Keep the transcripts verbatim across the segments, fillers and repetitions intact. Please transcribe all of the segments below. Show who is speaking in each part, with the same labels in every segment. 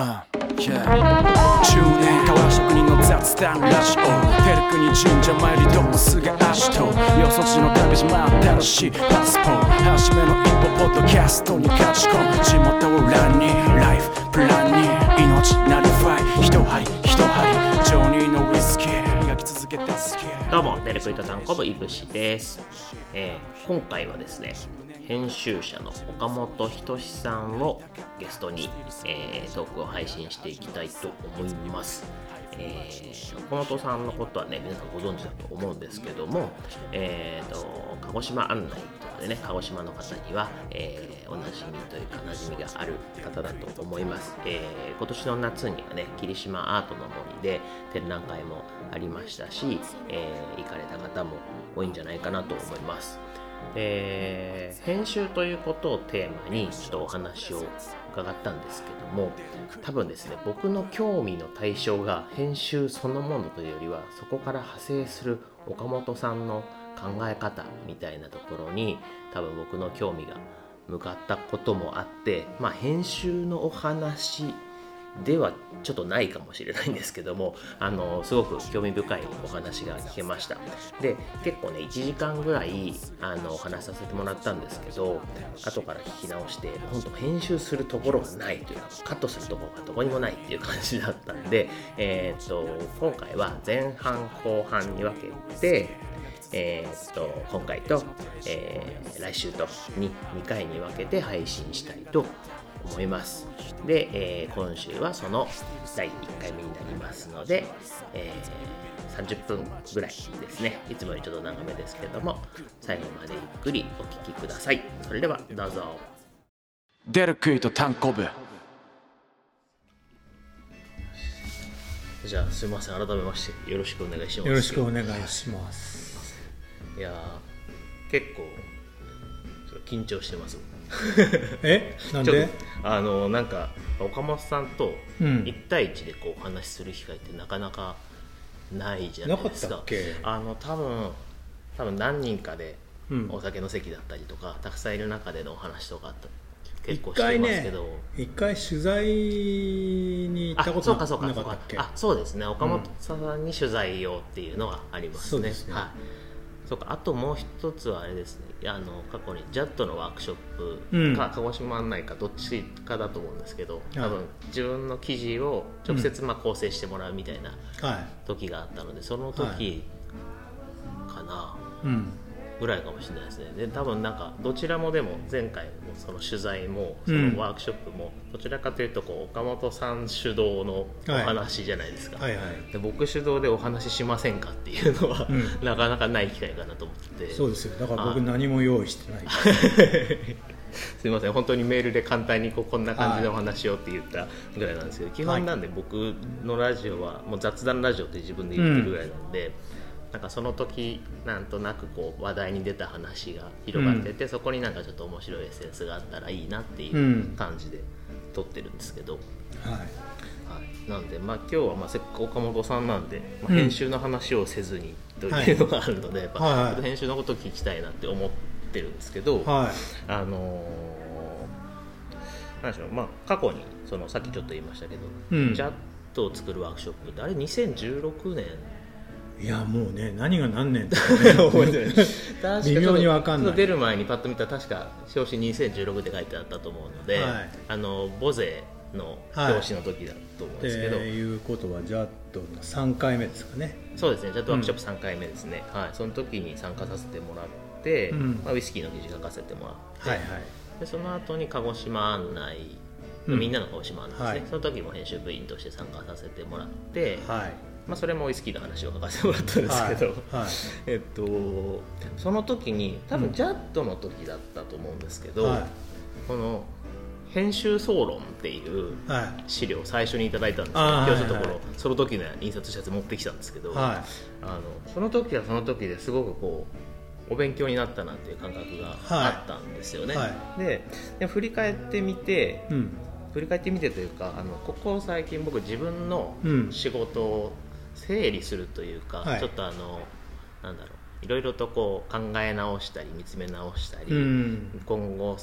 Speaker 1: Uh, yeah. じゅうねん変わら職人の雑談ラジオペルクに神社参りどこすが足とよそ地の旅路真新しいパスポート初めの一歩ポッドキャストに勝ち込む地元を欄にライフプランに命なりファイ一針一針ジョニーのウイスキー磨き続けて好き。
Speaker 2: どうもデレクイト単行部いぶしです、えー、今回はですね編集者の岡本仁さんをゲストに、えー、トークを配信していきたいと思います。えー、岡本さんのことはね皆さんご存知だと思うんですけども、えー、と鹿児島案内とかでね鹿児島の方には、えー、おなじみというか馴染みがある方だと思います。えー、今年の夏にはね霧島アートの森で展覧会もありましたし、えー、行かれた方も多いんじゃないかなと思います。えー、編集ということをテーマにちょっとお話を伺ったんですけども、多分ですね僕の興味の対象が編集そのものというよりはそこから派生する岡本さんの考え方みたいなところに多分僕の興味が向かったこともあって、まあ、編集のお話ではちょっとないかもしれないんですけども、あのすごく興味深いお話が聞けました。で結構ねいちじかんぐらいあのお話しさせてもらったんですけど、後から聞き直して本当編集するところがないというかカットするところがどこにもないっていう感じだったんで、えー、っと今回は前半後半に分けてえー、っと今回と、えー、来週と 2, にかいに分けて配信したいと思います。で、えー、今週はそのだいいっかいめになりますので、えー、さんじゅっぷんぐらいですね。いつもよりちょっと長めですけども最後までゆっくりお聞きください。それではどうぞ。
Speaker 1: デレクイト単行部。
Speaker 2: じゃあすいません改めましてよろしくお願いします。
Speaker 3: よろしくお願いします。
Speaker 2: いや結構緊張してます
Speaker 3: えなんで
Speaker 2: あのなんか岡本さんといち対いちでこうお話しする機会ってなかなかないじゃないですか。
Speaker 3: なかったっけ。
Speaker 2: あの多分多分何人かでお酒の席だったりとか、うん、たくさんいる中でのお話とかあった結構してますけど、
Speaker 3: 一回ね一回取材に行ったことなかったっけ。
Speaker 2: あ、そうですね岡本さんに取材をっていうのはありますね。
Speaker 3: そうですね、
Speaker 2: はい。そうか、あともう一つはあれですね、あの過去にジャットのワークショップか、うん、鹿児島案内かどっちかだと思うんですけど、多分自分の記事を直接まあ構成してもらうみたいな時があったので、うん、その時かな、はいうん、ぐらいかもしれないですね。で多分なんかどちらもでも前回もその取材もそのワークショップもどちらかというとこう岡本さん主導のお話じゃないですか、はいはいはい、で僕主導でお話ししませんかっていうのは、うん、なかなかない機会かなと思ってて。
Speaker 3: そうですよ。だから僕何も用意してない
Speaker 2: すいません本当にメールで簡単にこうこんな感じのお話をって言ったぐらいなんですけど、はい、基本なんで僕のラジオはもう雑談ラジオって自分で言ってるぐらいなんで、うんなんかその時なんとなくこう話題に出た話が広がってて、うん、そこになんかちょっと面白いエッセンスがあったらいいなっていう感じで撮ってるんですけど、うんはいはい、なんでまあ今日はまあせっかく岡本さんなんで、まあ、編集の話をせずにというのがあるので、うんやっぱはい、編集のことを聞きたいなって思ってるんですけど、はい、あのー、なんでしょう、まあ、過去にそのさっきちょっと言いましたけど、うん、ジャットを作るワークショップってあれにせんじゅうろくねん
Speaker 3: いやもうね何が何年とかね覚えてない微妙に分かんない。
Speaker 2: 出る前にパッと見たら確か表紙にせんじゅうろくって書いてあったと思うので、はい、あのボゼの表紙の時だと思うんですけど、
Speaker 3: はい、っていうことはジャットのさんかいめですかね。
Speaker 2: そうですねジャットワークショップさんかいめですね、うんはい、その時に参加させてもらって、うんまあ、ウイスキーの記事書かせてもらって、はいはい、でその後に鹿児島案内、うん、みんなの鹿児島案内ですね、はい、その時も編集部員として参加させてもらって、はいまあ、それもウイスキーの話を書かせてもらったんですけど、はいはいえっと、その時に多分ジャットの時だったと思うんですけど、はい、この編集総論っていう資料を最初にいただいたんですけど、はい、今日ちょっとこの、はいはい、その時の印刷したやつ持ってきたんですけど、はい、あのその時はその時ですごくこうお勉強になったなっていう感覚があったんですよね、はいはい、で, で振り返ってみて、うん、振り返ってみてというかあのここ最近僕自分の仕事を整理するというか、はい、ちょっとあのなんだろういろいろとこう考え直したり見つめ直したり、うん、今後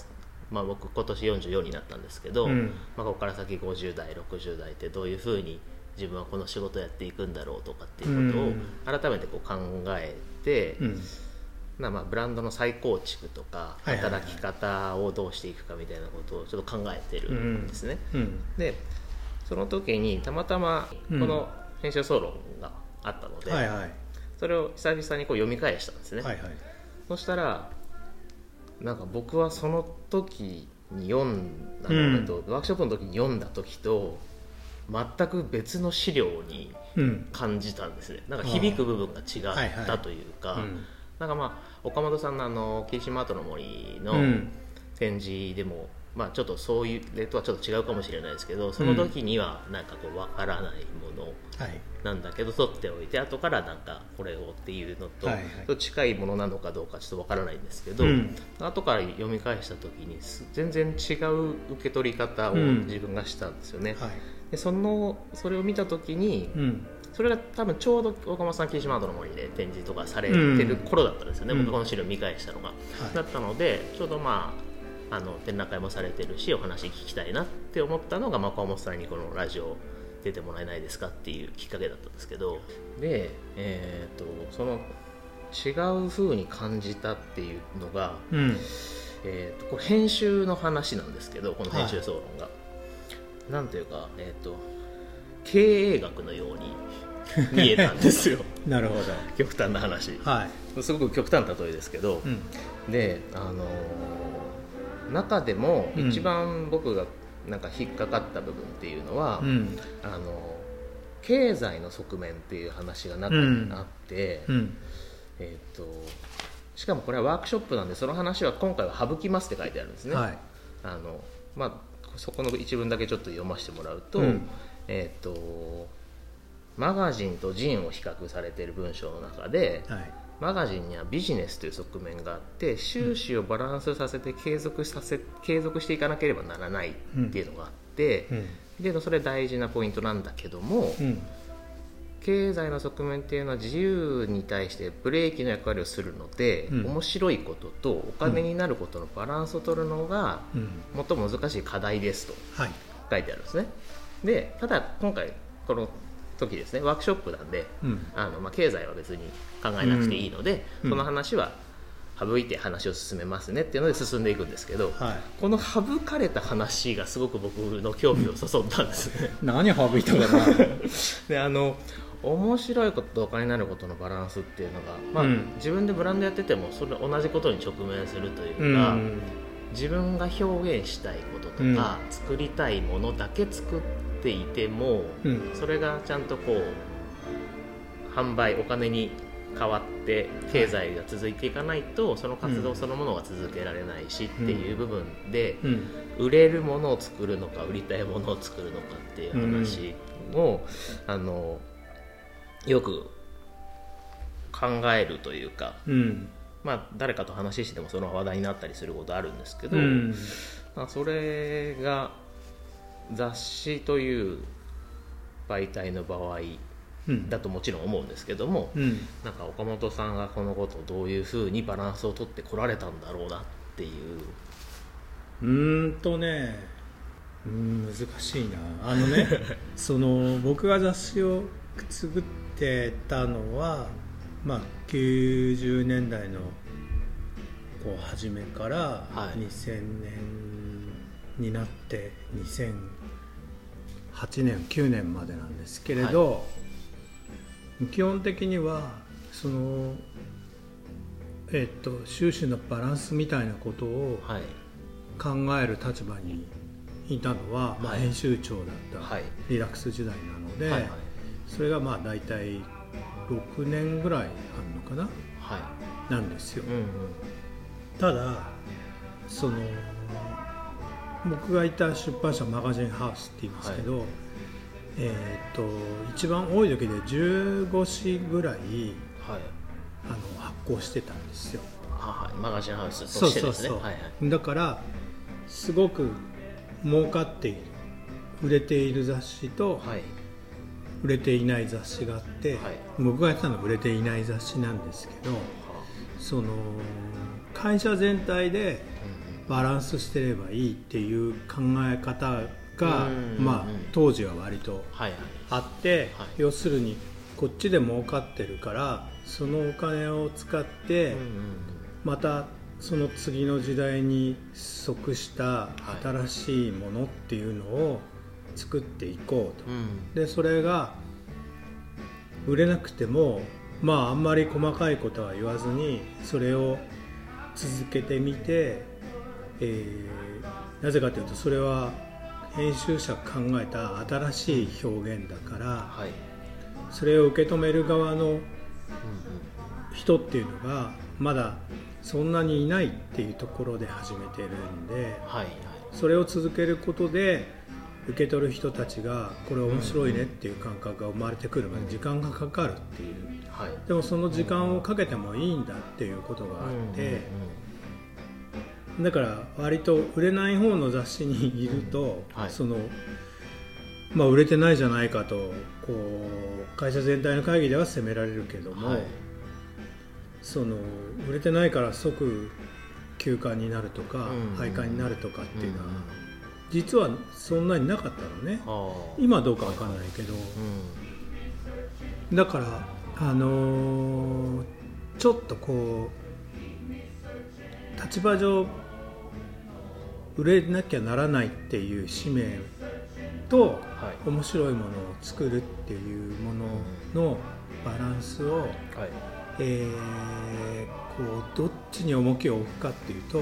Speaker 2: まあ、僕今年よんじゅうよんになったんですけど、
Speaker 3: うん
Speaker 2: まあ、ここから先ごじゅう代ろくじゅう代ってどういうふうに自分はこの仕事をやっていくんだろうとかっていうことを改めてこう考えて、
Speaker 3: うん
Speaker 2: まあ、ブランドの再構築とか
Speaker 3: はいはいはい
Speaker 2: 働き方をどうしていくかみたいなことをちょっと考えてるんですね、
Speaker 3: うんうん
Speaker 2: でその時にたまたまこの編集総論があったので、
Speaker 3: はいはい
Speaker 2: それを久々にこう読み返したんですね、
Speaker 3: はいはい
Speaker 2: そしたらなんか僕はその時に読んだのと、うん、ワークショップの時に読んだ時と全く別の資料に感じたんですね。なんか響く部分が違ったというか、はいはいうん、なんかまあ岡本さんのあの霧島跡の森の展示でも、まあ、ちょっとそういう例とはちょっと違うかもしれないですけど、その時にはなんかこう分からないものなんだけど取っておいて後からなんかこれをっていうのと、はいはい、近いものなのかどうかちょっと分からないんですけど、うん、後から読み返した時に全然違う受け取り方を自分がしたんですよね、うんはい、でそのそれを見た時に、うんそれが多分ちょうど岡本さん霧島跡の森で展示とかされてる頃だったんですよね、うん、僕この資料を見返したのが、うん、だったのでちょうどまああの展覧会もされてるしお話聞きたいなって思ったのが、まあ、岡本さんにこのラジオ出てもらえないですかっていうきっかけだったんですけどで、えー、とその違う風に感じたっていうのが、うんえー、とこれ編集の話なんですけどこの編集総論が、はい、なんというか、えー、と経営学のように見えたんですよ
Speaker 3: なるほど
Speaker 2: 極端な話、はい、すごく極端な例えですけど、うん、で、あのー、中でも一番僕がなんか引っかかった部分っていうのは、うん、あのー、経済の側面っていう話が中にあって、うんうん、えー、としかもこれはワークショップなんでその話は今回は省きますって書いてあるんですね、はい、あのまあ、そこの一文だけちょっと読ませてもらうと、うんえー、とマガジンとジンを比較されている文章の中で、はい、マガジンにはビジネスという側面があって収支をバランスさせて継続させ継続していかなければならないっていうのがあって、うんうん、でそれ大事なポイントなんだけども、うん、経済の側面っていうのは自由に対してブレーキの役割をするので、うん、面白いこととお金になることのバランスを取るのが最も難しい課題ですと書いてあるんですね。でただ今回この時ですねワークショップなんで、うん、あのまあ、経済は別に考えなくていいので、うん、その話は省いて話を進めますねっていうので進んでいくんですけど、はい、この省かれた話がすごく僕の興味をそそったんですね
Speaker 3: 何省いたかな
Speaker 2: であの面白いこととお金になることのバランスっていうのが、まあうん、自分でブランドやっててもそれ同じことに直面するというか、うん、自分が表現したいこととか、うん、作りたいものだけ作っていても、うん、それがちゃんとこう販売お金に変わって経済が続いていかないとその活動そのものが続けられないしっていう部分で、うん、売れるものを作るのか売りたいものを作るのかっていう話を、うん、あのよく考えるというか、うん、まあ、誰かと話してもその話題になったりすることあるんですけど、うん、まあ、それが雑誌という媒体の場合だともちろん思うんですけども、うん、なんか岡本さんがこのことをどういうふうにバランスを取ってこられたんだろうなっていう。
Speaker 3: うーんとねうーん難しいなあのねその僕が雑誌を作ってたのは、まあ、きゅうじゅうねんだいのこう初めからにせんねんになってにせんはちねんきゅうねんまでなんですけれど、はい、基本的にはその、えっと、収支のバランスみたいなことを考える立場にいたのは、はい、まあ、編集長だったリラックス時代なので、はいはい、それがまあ大体ろくねんぐらいあるのかな、はい、なんですよ、うんうん、ただその僕がいた出版社マガジンハウスって言いますけど、はい、えー、と一番多い時でじゅうごしぐらい、はい、あの発行してたんですよ。
Speaker 2: はい、マガジンハウスとしてですね。
Speaker 3: そうそうそう、はいはい、だからすごく儲かっている売れている雑誌と、はい、売れていない雑誌があって、はい、僕がやってたのは売れていない雑誌なんですけど、はあ、その会社全体でバランスしてればいいっていう考え方が、
Speaker 2: うん
Speaker 3: まあ、当時は割と
Speaker 2: はいはい
Speaker 3: あって、
Speaker 2: はい、
Speaker 3: 要するにこっちで儲かってるからそのお金を使って、
Speaker 2: うんうんうん、
Speaker 3: またその次の時代に即した新しいものっていうのを作っていこうと、
Speaker 2: はい、うん、
Speaker 3: でそれが売れなくてもまああんまり細かいことは言わずにそれを続けてみて、えー、なぜかというとそれは編集者が考えた新しい表現だから、はい、それを受け止める側の人っていうのがまだそんなにいないっていうところで始めてるんで、はいはい、それを続けることで受け取る人たちがこれ面白いねっていう感覚が生まれてくるまで時間がかかるっていう、はい、でもその時間をかけてもいいんだっていうことがあって、だから割と売れない方の雑誌にいると、はい、そのまあ、売れてないじゃないかとこう会社全体の会議では責められるけども、はい、その売れてないから即休刊になるとか、うん、廃刊になるとかっていうのは、うん、実はそんなになかったのね。今どうかわかんないけど、うん、だからあのー、ちょっとこう立場上売れなきゃならないっていう使命と、はい、面白いものを作るっていうもののバランスを、はい、えー、こうどっちに重きを置くかっていうと、うん、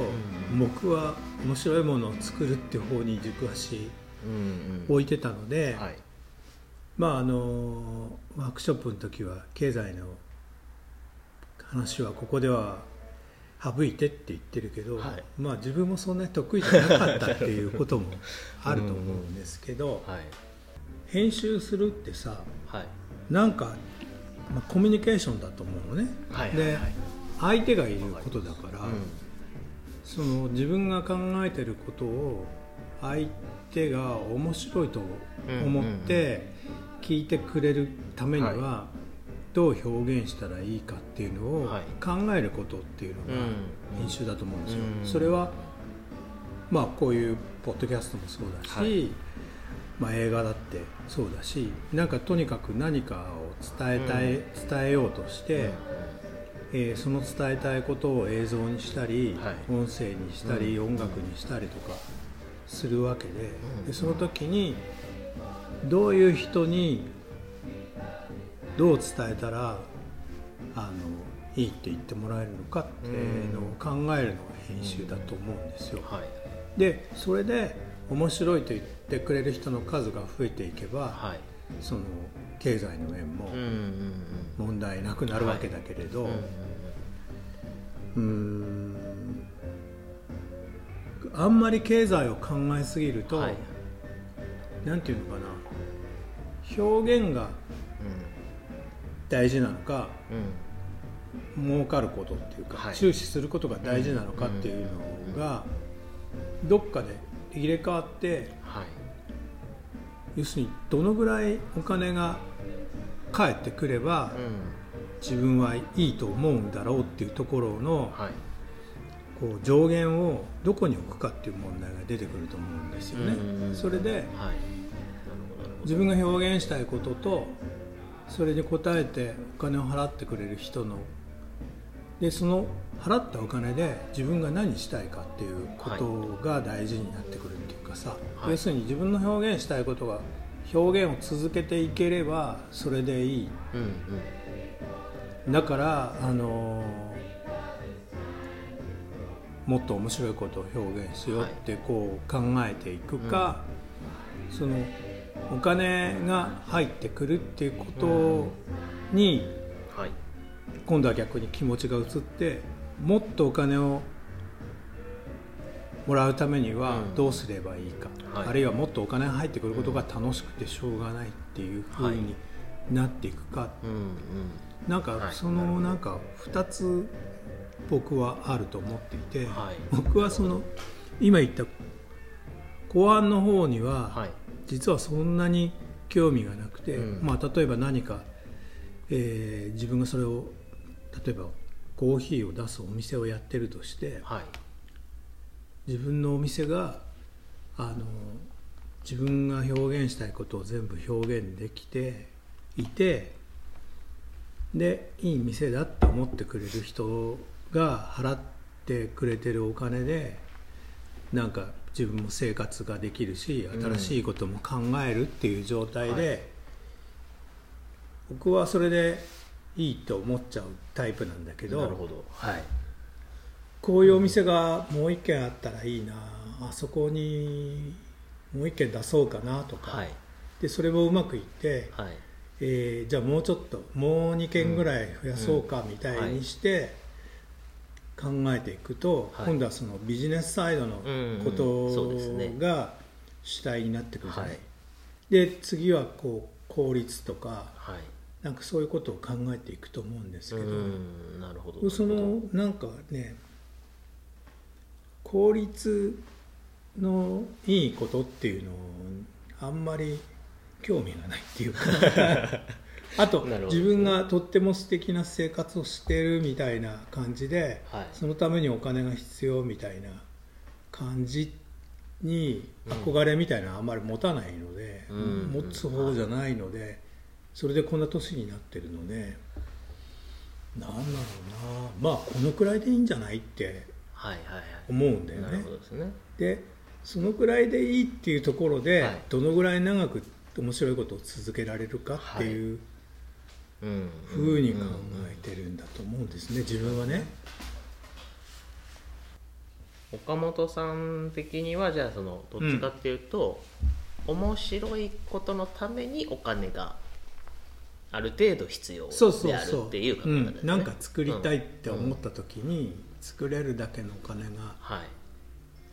Speaker 3: 僕は面白いものを作るっていう方に軸足置いてたので、うんうん、はい、まああのワークショップの時は経済の話はここでは省いてって言ってるけど、はい、まあ自分もそんなに得意じゃなかったっていうこともあると思うんですけど、うん、はい、編集するってさ、はい、なんか、まあ、コミュニケーションだと思うのね、はいはいはい、で相手がいることだから、うん、その自分が考えてることを相手が面白いと思って聞いてくれるためには、うんうんうん、はい、どう表現したらいいかっていうのを考えることっていうのが編集だと思うんですよ、うんうん、それはまあこういうポッドキャストもそうだし、はい、まあ、映画だってそうだし、なんかとにかく何かを伝えたい、うん、伝えようとして、うん、えー、その伝えたいことを映像にしたり、はい、音声にしたり、うん、音楽にしたりとかするわけ で,、うん、でその時にどういう人にどう伝えたらあのいいって言ってもらえるのかっていうのを考えるのが編集だと思うんですよ、はい、でそれで面白いと言ってくれる人の数が増えていけば、はい、その経済の面も問題なくなるわけだけれど、はい、うーんあんまり経済を考えすぎると、はい、なんていうのかな、表現が大事なのか、うん、儲かることっていうか、はい、注視することが大事なのかっていうのがどっかで入れ替わって、はい、要するにどのぐらいお金が返ってくれば、うん、自分はいいと思うんだろうっていうところの、はい、こう上限をどこに置くかっていう問題が出てくると思うんですよね、うん、それで、はい、自分が表現したいこととそれに応えてお金を払ってくれる人のでその払ったお金で自分が何したいかっていうことが大事になってくるっていうかさ、はい、要するに自分の表現したいことが表現を続けていければそれでいい、うんうん、だからあのもっと面白いことを表現しようってこう考えていくか、はい、そのお金が入ってくるっていうことに、うん、はい、今度は逆に気持ちが移ってもっとお金をもらうためにはどうすればいいか、うん、はい、あるいはもっとお金が入ってくることが楽しくてしょうがないっていう風になっていくか、はい、うんうん、なんかそのなんかふたつ僕はあると思っていて、はい、僕はその今言った公安の方には、はい、実はそんなに興味がなくて、うん、まあ、例えば何か、えー、自分がそれを例えばコーヒーを出すお店をやってるとして、はい、 自分のお店があの自分が表現したいことを全部表現できていて、でいい店だって思ってくれる人が払ってくれてるお金でなんか自分も生活ができるし新しいことも考えるっていう状態で、うんはい、僕はそれでいいと思っちゃうタイプなんだけど、
Speaker 2: なるほど、はい、
Speaker 3: こういうお店がもう一軒あったらいいな、あそこにもう一軒出そうかなとか、はい、でそれもうまくいって、はいえー、じゃあもうちょっともうにけんぐらい増やそうかみたいにして考えていくと、はい、今度はそのビジネスサイドのことが主体になってくるじゃない、はい、で次はこう効率とか、はい、なんかそういうことを考えていくと思うんですけど、
Speaker 2: うんなるほど、
Speaker 3: そのなんかね効率のいいことっていうのをあんまり興味がないっていうかあと、ね、自分がとっても素敵な生活をしてるみたいな感じで、はい、そのためにお金が必要みたいな感じに憧れみたいなのはあんまり持たないので、うん、持つ方じゃないので、はい、それでこんな年になってるのでなんだろうな、まあこのくらいでいいんじゃないって思うんだよね。
Speaker 2: なるほどですね。
Speaker 3: でそのくらいでいいっていうところで、はい、どのぐらい長く面白いことを続けられるかっていう、はい、ふうに考えてるんだと思うんですね、自分はね。
Speaker 2: 岡本さん的にはじゃあそのどっちかっていうと、うん、面白いことのためにお金がある程度必要であるっていう考え方ですね。
Speaker 3: なんか作りたいって思った時に、うん、作れるだけのお金が、はい、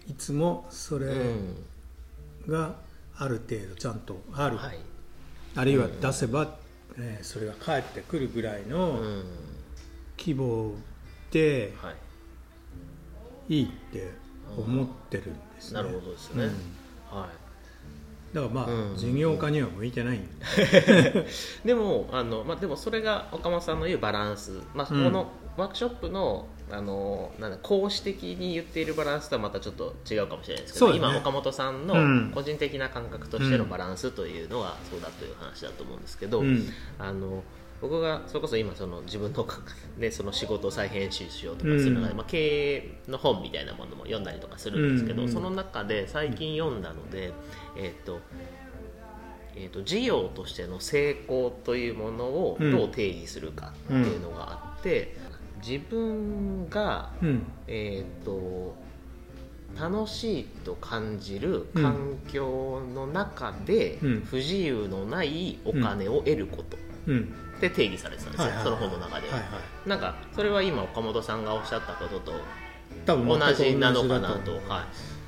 Speaker 3: いつもそれがある程度ちゃんとある、はい、あるいは出せば、うんえー、それが返ってくるぐらいの規模でいいって思ってるんですね。
Speaker 2: なるほどですね、うんはい
Speaker 3: だからまあ、うん、事業家には向いてないん
Speaker 2: ででもあの、まあ、でもそれが岡本さんの言うバランス、まあ、このワークショップの、あのなんだ講師的に言っているバランスとはまたちょっと違うかもしれないですけど、ね、今岡本さんの個人的な感覚としてのバランスというのはそうだという話だと思うんですけど、うん、あの僕がそれこそ今その自分の、ね、その仕事を再編集しようとかするので、うんまあ、経営の本みたいなものも読んだりとかするんですけど、うん、その中で最近読んだので、えーとえーと、事業としての成功というものをどう定義するかっていうのがあって、うん、自分が、うんえーと、楽しいと感じる環境の中で不自由のないお金を得ること、うんって定義されてたんですよ、はいはいはい、その本の中では、はいはい、なんかそれは今岡本さんがおっしゃったことと同じなのかなと、はい、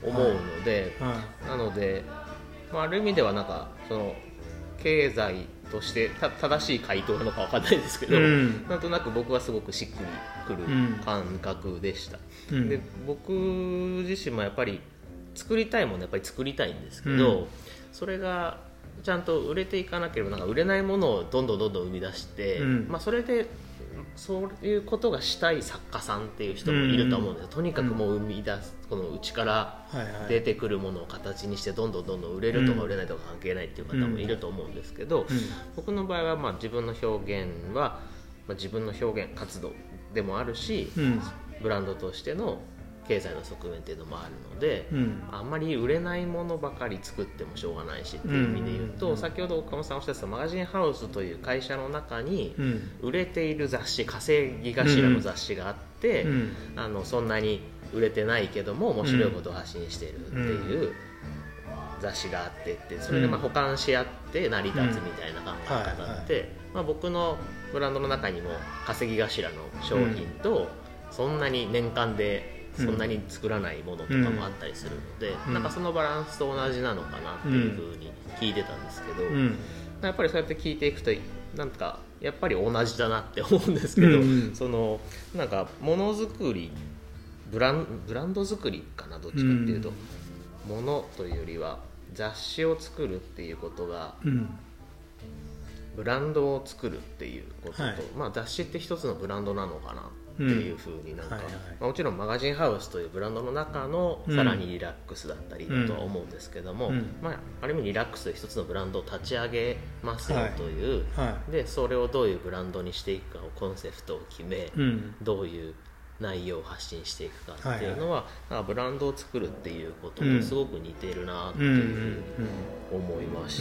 Speaker 2: 思うので、はいはい、なので、まあ、ある意味ではなんかその経済としてた正しい回答なのか分かんないですけど、うん、なんとなく僕はすごくしっくりくる感覚でした、うん、で僕自身もやっぱり作りたいものやっぱり作りたいんですけど、うん、それがちゃんと売れていかなければなんか売れないものをどんどんどんどん生み出して、うんまあ、それでそういうことがしたい作家さんっていう人もいると思うんですよ、うん、とにかくもう生み出すこの内から出てくるものを形にしてどんどんどんどん売れるとか売れないとか関係ないっていう方もいると思うんですけど、うん、僕の場合はまあ自分の表現は、まあ、自分の表現活動でもあるし、うん、ブランドとしての経済の側面っていうのもあるので、うん、あんまり売れないものばかり作ってもしょうがないしっていう意味で言うと、うんうんうん、先ほど岡本さんおっしゃってたマガジンハウスという会社の中に売れている雑誌稼ぎ頭の雑誌があって、うん、あのそんなに売れてないけども面白いことを発信しているっていう雑誌があってってそれでまあ補完し合って成り立つみたいな考え方って、まあ、僕のブランドの中にも稼ぎ頭の商品とそんなに年間でそんなに作らないものとかもあったりするので、うん、なんかそのバランスと同じなのかなっていうふうに聞いてたんですけど、うん、やっぱりそうやって聞いていくとなんかやっぱり同じだなって思うんですけど、うん、そのなんかものづくりブラン、ブランド作りかなどっちかっていうと、うん、ものというよりは雑誌を作るっていうことが、うん、ブランドを作るっていうことと、はいまあ、雑誌って一つのブランドなのかなっっていう風になんか、もちろんマガジンハウスというブランドの中のさらにリラックスだったりだとは思うんですけども、うん、まあ、ある意味リラックスという一つのブランドを立ち上げますよという、はいはい、でそれをどういうブランドにしていくかをコンセプトを決め、うん、どういう内容を発信していくかっていうのは、はいはい、ブランドを作るっていうこととすごく似てるなっていう思いました。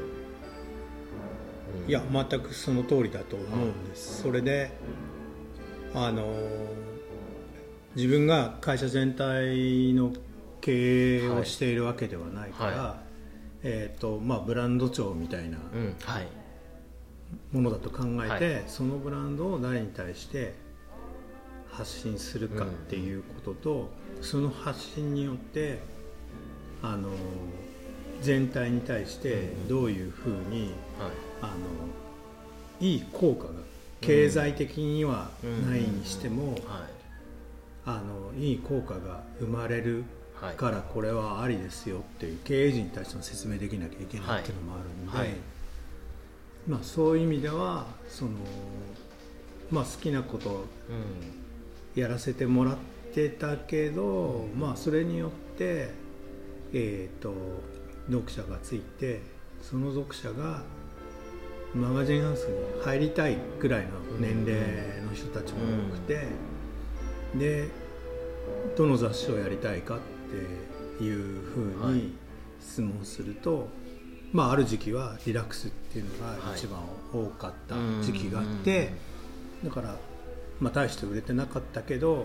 Speaker 3: いや全くその通りだと思うんです。それであの自分が会社全体の経営をしているわけではないから、はいはい、えーとまあ、ブランド長みたいなものだと考えて、はい、そのブランドを誰に対して発信するかっていうことと、うん、その発信によってあの全体に対してどういうふうに、うん、はい、あのいい効果が経済的にはないにしても、うんうんうん、はい、あのいい効果が生まれるからこれはありですよっていう経営陣に対しても説明できなきゃいけないっていうのもあるんで、はいはい、まあ、そういう意味ではその、まあ、好きなことをやらせてもらってたけど、うん、まあ、それによって、えーと、読者がついてその読者がマガジンハウスに入りたいぐらいの年齢の人たちも多くて、うん、でどの雑誌をやりたいかっていうふうに質問すると、はい、まあ、ある時期はリラックスっていうのが一番多かった時期があって、はい、だから、まあ、大して売れてなかったけど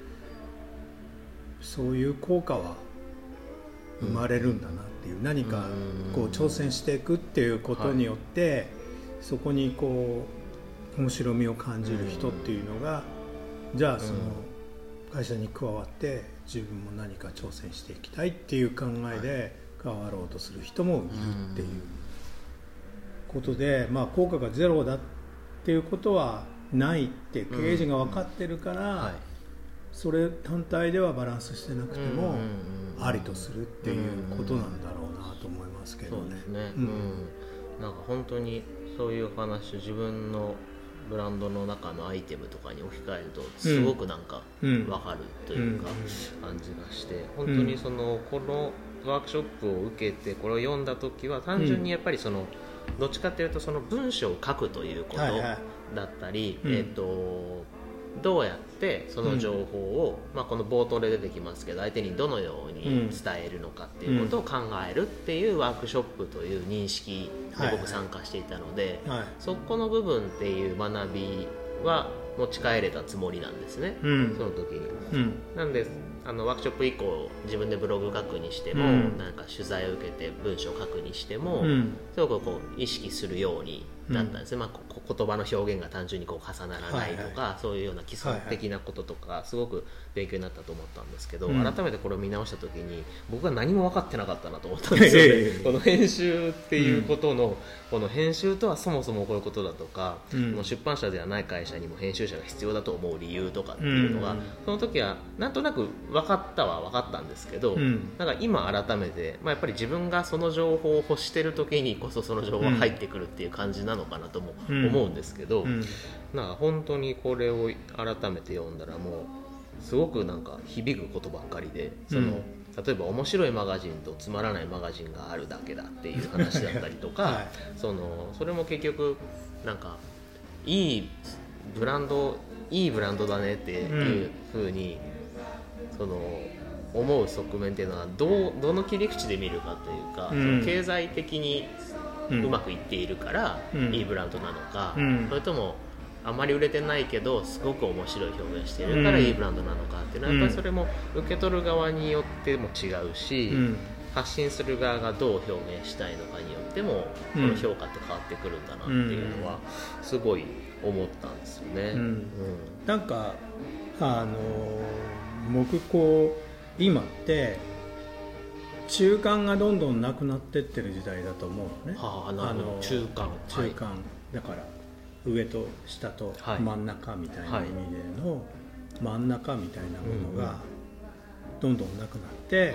Speaker 3: そういう効果は生まれるんだなっていう、何かこう挑戦していくっていうことによって、はい、そこにこう面白みを感じる人っていうのが、じゃあその会社に加わって自分も何か挑戦していきたいっていう考えで加わろうとする人もいるっていうことで、まあ、効果がゼロだっていうことはないって経営陣が分かってるから、それ単体ではバランスしてなくてもありとするっていうことなんだろうなと思いますけどね。
Speaker 2: そうですね、うん、なんか本当にそういう話を自分のブランドの中のアイテムとかに置き換えるとすごくなんか分かるというか感じがして、本当にそのこのワークショップを受けてこれを読んだ時は単純にやっぱりそのどっちかというとその文章を書くということだったり、えーとどうやってその情報を、うん、まあ、この冒頭で出てきますけど相手にどのように伝えるのかっていうことを考えるっていうワークショップという認識で僕参加していたので、はいはい、そこの部分っていう学びは持ち帰れたつもりなんですね、うん、その時に、うん、なんであのワークショップ以降自分でブログ書くにしても、うん、なんか取材を受けて文章を書くにしても、うん、すごくこう意識するようになったんですね、うん、まあ、言葉の表現が単純にこう重ならないとか、はいはい、そういうような基礎的なこととかすごく勉強になったと思ったんですけど、うん、改めてこれを見直した時に僕は何も分かってなかったなと思ったんですよねこの編集っていうことの、うん、この編集とはそもそもこういうことだとか、うん、この出版社ではない会社にも編集者が必要だと思う理由とかっていうのが、うん、その時はなんとなく分かったは分かったんですけど、うん、なんか今改めて、まあ、やっぱり自分がその情報を欲してる時にこそその情報が入ってくるっていう感じなのかなとも思うんですけど、うん、なんか本当にこれを改めて読んだらもうすごくなんか響くことばっかりで、その、うん、例えば面白いマガジンとつまらないマガジンがあるだけだっていう話だったりとか、はい、そのそれも結局なんかいいブランドいいブランドだねっていう風に、うん、その思う側面っていうのはどうどの切り口で見るかというか、うん、その経済的にうまくいっているからいいブランドなのか、うん、それともあまり売れてないけどすごく面白い表現しているからいいブランドなのかっていうのはやっぱりそれも受け取る側によっても違うし、うん、発信する側がどう表現したいのかによってもこの評価って変わってくるんだなっていうのはすごい思ったんですよね、うんうん、
Speaker 3: なんかあの僕こう今って中間がどんどんなくなってってる時代だと思うのね、
Speaker 2: はあ、なるほど、中間
Speaker 3: 中間、はい、だから上と下と真ん中みたいな意味での真ん中みたいなものがどんどんなくなって、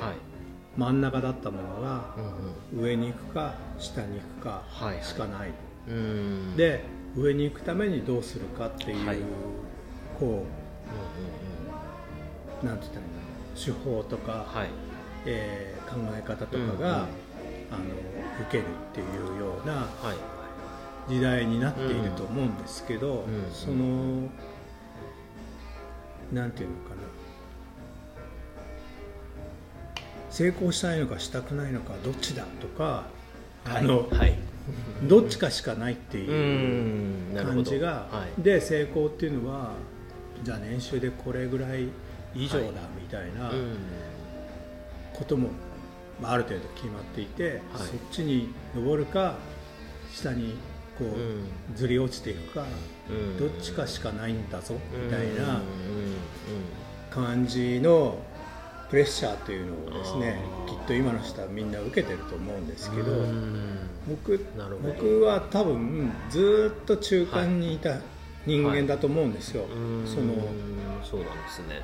Speaker 3: はい、真ん中だったものが上に行くか下に行くかしかない、はいはい、で上に行くためにどうするかっていうこう、うんうんうん、なんて言ったらいいの、手法とか、はい、えー、考え方とかが、うんうん、あの受けるっていうような時代になっていると思うんですけど、うんうん、そのなんていうのかな、成功したいのかしたくないのかどっちだとか、あの、はいはい、どっちかしかないっていう感じが、はい、で成功っていうのはじゃあ年収でこれぐらい以上だみたいなことも、まあ、ある程度決まっていて、はい、そっちに上るか下にこうずり落ちていくか、どっちかしかないんだぞみたいな感じのプレッシャーというのをですね、きっと今の人はみんな受けてると思うんですけど、僕、僕は多分ずっと中間にいた人間だと思うんですよ、はい、その
Speaker 2: そうなんですね。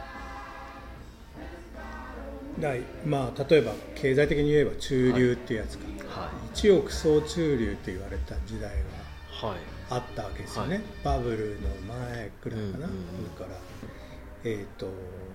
Speaker 3: だまあ、例えば経済的に言えば中流っていうやつか、はいはい、一億総中流って言われた時代があったわけですよね、はい、バブルの前くらいかな、うんうんうん、だからえっと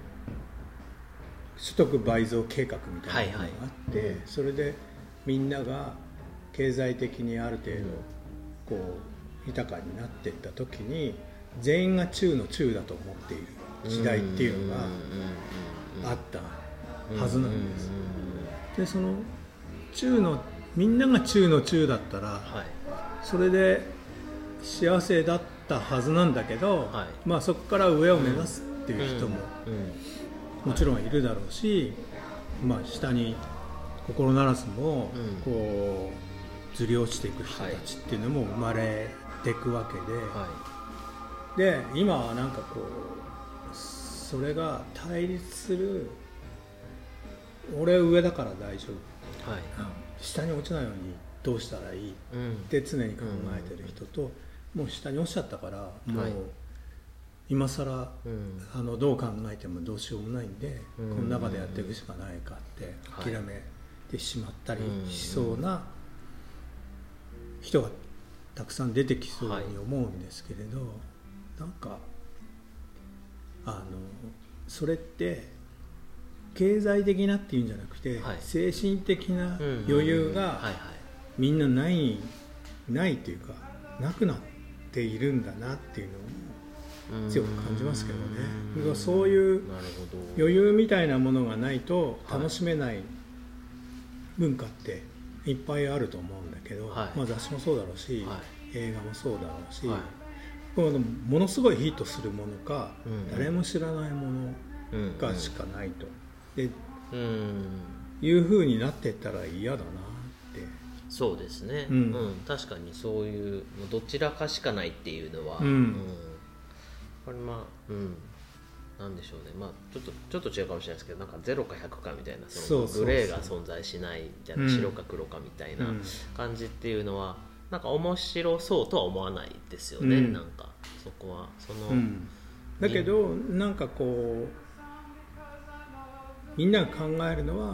Speaker 3: 所得倍増計画みたいなのがあって、はいはい、それでみんなが経済的にある程度こう豊かになっていった時に全員が中の中だと思っている時代っていうのがあったはずなんです。でその中のみんなが中の中だったら、はい、それで幸せだったはずなんだけど、はい、まあそこから上を目指すっていう人も、うんうんうんもちろんいるだろうし、まあ、下に心ならずもこうずり落ちていく人たちっていうのも生まれていくわけで、はい、で今はなんかこうそれが対立する、俺は上だから大丈夫、はい、下に落ちないようにどうしたらいいって常に考えてる人と、もう下に落ちちゃったからもう、はい今更、うん、あのどう考えてもどうしようもないんで、うん、この中でやっていくしかないかって諦めてしまったりしそうな人がたくさん出てきそうに思うんですけれど、はい、なんかあのそれって経済的なっていうんじゃなくて、はい、精神的な余裕がみんなないないというかなくなっているんだなっていうのを強く感じますけどね。そういう余裕みたいなものがないと楽しめない文化っていっぱいあると思うんだけど、はいまあ、雑誌もそうだろうし、はい、映画もそうだろうし、はい、ものすごいヒットするものか、うん、誰も知らないものがしかないと、うんうん、でうんいう風になっていったら嫌だなって。
Speaker 2: そうですね、うんうん、確かにそういうどちらかしかないっていうのは、うんうんこれまあうんなんでしょうね、まあちょっとちょっと違うかもしれないですけど、なんかゼロかひゃくかみたいなそのグレーが存在しないみたいな、白か黒かみたいな感じっていうのはなんか面白そうとは思わないですよね、うん、なんかそこはその、うん、
Speaker 3: だけどなんかこうみんなが考えるのは、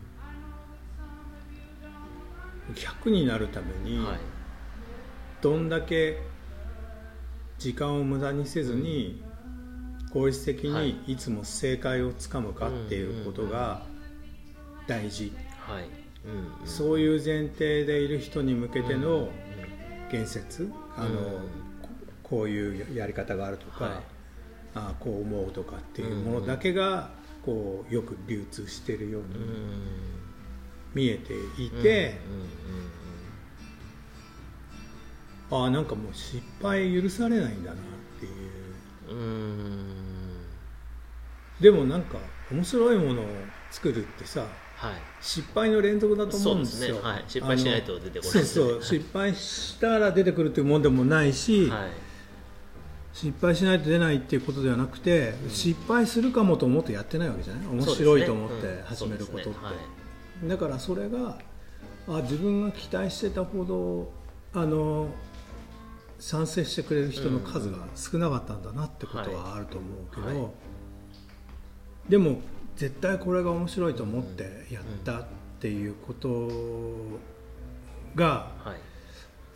Speaker 3: うん、ひゃくになるためにどんだけ時間を無駄にせずに効率的にいつも正解をつかむかっていうことが大事、そういう前提でいる人に向けての言説、あのこういうやり方があるとか、はい、あこう思うとかっていうものだけがこうよく流通しているように見えていて、ああなんかもう失敗許されないんだなっていう。うーんでもなんか面白いものを作るってさ、はい、失敗の連続だと思うんですよ。
Speaker 2: そうですね、はい、失敗しないと出てこない。
Speaker 3: そうそう失敗したら出てくるというものでもないし、はい、失敗しないと出ないっていうことではなくて、うん、失敗するかもと思ってやってないわけじゃない。面白いと思って始めることって、ねうんねはい、だからそれがあ自分が期待してたほどあの賛成してくれる人の数が少なかったんだなってことはあると思うけど、うんはい、でも絶対これが面白いと思ってやったっていうことが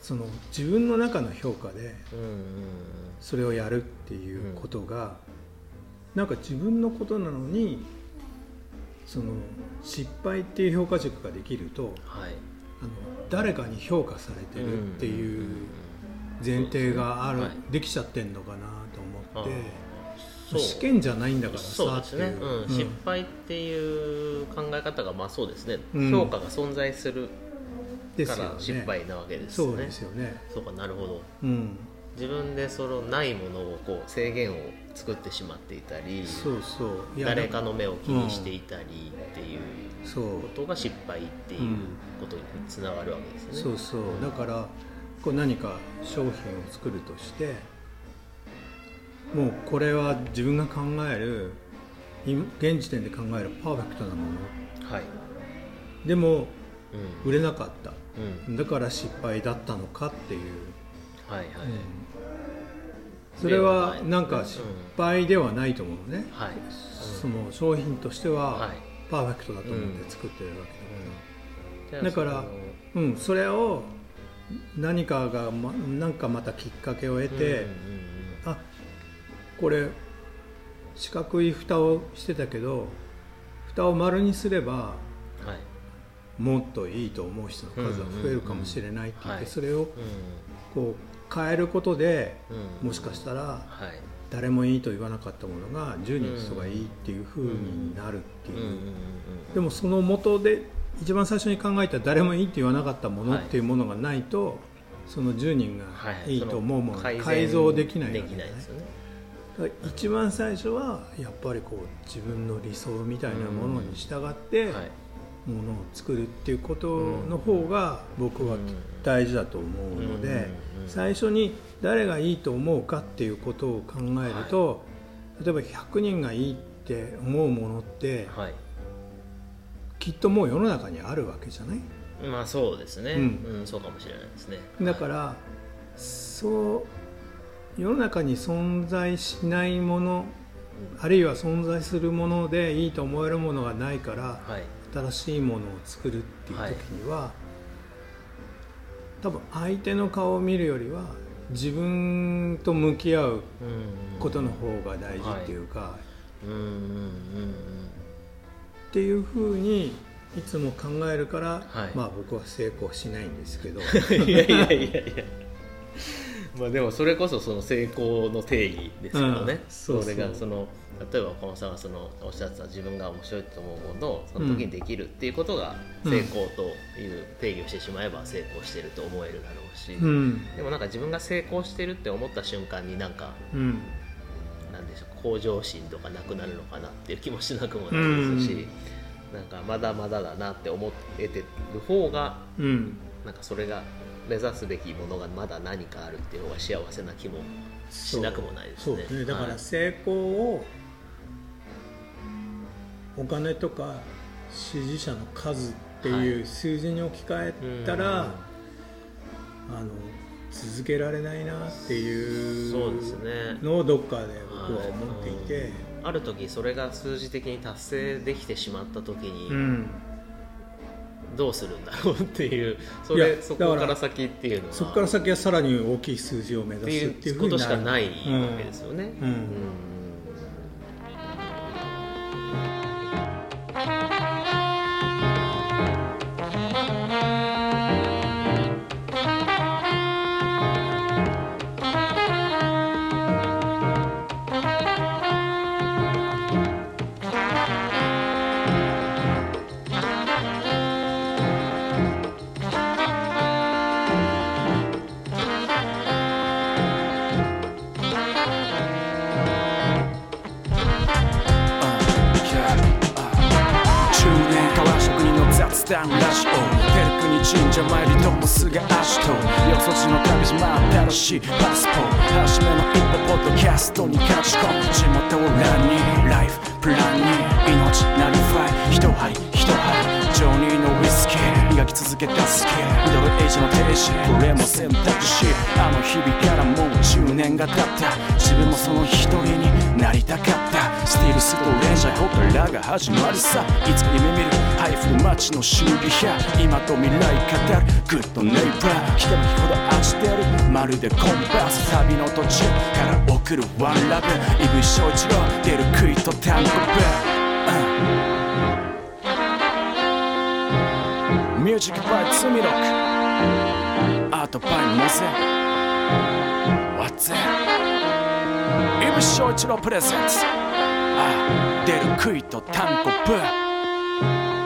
Speaker 3: その自分の中の評価で
Speaker 2: うんうんうん
Speaker 3: それをやるっていうことが、うん、なんか自分のことなのにその失敗っていう評価軸ができると、はい、あの誰かに評価されてるっていう前提がある、うんうんうん、できちゃってんのかなと思って、試験じゃないんだからさ
Speaker 2: そうですね、うんうん、失敗っていう考え方がまあそうですね、うん、評価が存在するから失敗なわけですね。
Speaker 3: そうですよね。
Speaker 2: そうか、なるほど、
Speaker 3: うん、
Speaker 2: 自分でそのないものをこう制限を作ってしまっていたり、
Speaker 3: そうそう、
Speaker 2: 誰かの目を気にしていたりっていうことが失敗っていうことにつながるわけですね、
Speaker 3: うん、そうそう、だからこう何か商品を作るとしてもうこれは自分が考える現時点で考えるパーフェクトなもの、はい、でも、うん、売れなかった、うん、だから失敗だったのかっていう、はいはい、うん、それはなんか失敗ではないと思うのね、はい、その商品としてはパーフェクトだと思って作ってるわけだから、うん、だから、うん、それを何かが、ま、なんかまたきっかけを得て、うんうんうん、あ、これ四角い蓋をしてたけど蓋を丸にすれば、はい、もっといいと思う人の数は増えるかもしれないって言って、それをこう変えることで、もしかしたら誰もいいと言わなかったものがじゅうにんの人がいいっていう風になるっていう、でもその元で一番最初に考えた誰もいいって言わなかったものっていうものがないと、はい、そのじゅうにんがいいと思うものを改造できないわけじゃない。一番最初はやっぱりこう自分の理想みたいなものに従ってものを作るっていうことの方が僕は大事だと思うので、最初に誰がいいと思うかっていうことを考えると、例えばひゃくにんがいいって思うものってきっともう世の中にあるわけじゃない？
Speaker 2: まあそうですね、うんうん、そうかもしれないですね。
Speaker 3: だから、はい、そう世の中に存在しないもの、うん、あるいは存在するものでいいと思えるものがないから、はい、新しいものを作るっていう時には、はい、多分相手の顔を見るよりは自分と向き合うことの方が大事っていうか、っていうふうにいつも考えるから、はい、まあ僕は成功しないんですけど
Speaker 2: いやいやいやいやまあでもそれこそその成功の定義ですよね、うん、そうそう、それがその例えばこのさんがそのおっしゃってた自分が面白いと思うものをその時にできるっていうことが成功という定義をしてしまえば成功してると思えるだろうし、うん、でもなんか自分が成功してるって思った瞬間になんか、うん、なんでしょう、向上心とかなくなるのかなっていう気もしなくもないですし、うん、なんかまだまだだなって思っててる方が、うん、なんかそれが目指すべきものがまだ何かあるっていうのが幸せな気もしなくもないですね。
Speaker 3: そう、そうね、だから成功をお金とか支持者の数っていう数字に置き換えたら、はい、あの続けられないなっていうのをどっかで僕は思っていて、はい、
Speaker 2: ある時それが数字的に達成できてしまった時に、うん、どうするんだろうっていう、それそこから先っていうのは
Speaker 3: そこから先はさらに大きい数字を目指すっていう
Speaker 2: ことしかないわけですよね、うんうんうん
Speaker 1: ラジオペルクに神社参りともすぐ足とよそ地の旅路真新しいパスポ初めの一歩ポッドキャストに勝ち込む地元を欄にライフプランに命なりファイ一杯一杯ジョニーのウイスキー磨き続けたスキルミドルエイジの停止これも選択肢あの日々からもうじゅうねんが経った自分もその一人になりたかったスティールストレンジャーここからが始まりさいつか夢見るハイフル街の修理屋今と未来語るグッドネイバー聞けば聞くほど味まるでコンバースサビの途中から送るワンラブイブ翔一郎出るクイと単語ブ、うん、ミュージックバイツミロクアートバイモゼWhat's that イブ翔一郎プレゼンツ、あ、出るクイと単語ブ